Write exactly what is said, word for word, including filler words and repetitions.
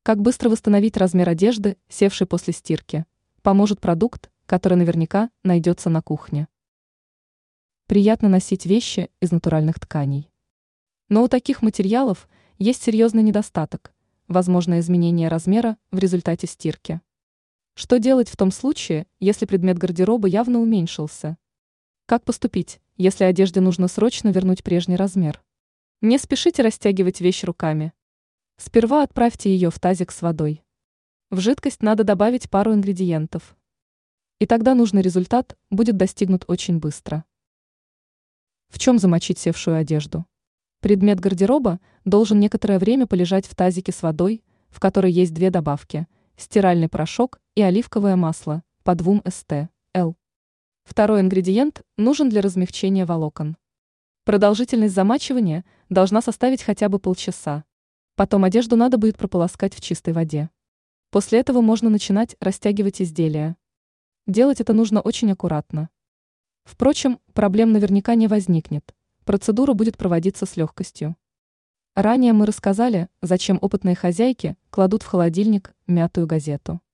Как быстро восстановить размер одежды, севший после стирки? Поможет продукт, который наверняка найдется на кухне. Приятно носить вещи из натуральных тканей. Но у таких материалов есть серьезный недостаток – возможное изменение размера в результате стирки. Что делать в том случае, если предмет гардероба явно уменьшился? Как поступить, если одежде нужно срочно вернуть прежний размер? Не спешите растягивать вещь руками. Сперва отправьте ее в тазик с водой. В жидкость надо добавить пару ингредиентов. И тогда нужный результат будет достигнут очень быстро. В чем замочить севшую одежду? Предмет гардероба должен некоторое время полежать в тазике с водой, в которой есть две добавки – стиральный порошок и оливковое масло по двум эс тэ эл. Второй ингредиент нужен для размягчения волокон. Продолжительность замачивания должна составить хотя бы полчаса. Потом одежду надо будет прополоскать в чистой воде. После этого можно начинать растягивать изделия. Делать это нужно очень аккуратно. Впрочем, проблем наверняка не возникнет. Процедура будет проводиться с легкостью. Ранее мы рассказали, зачем опытные хозяйки кладут в холодильник мятую газету.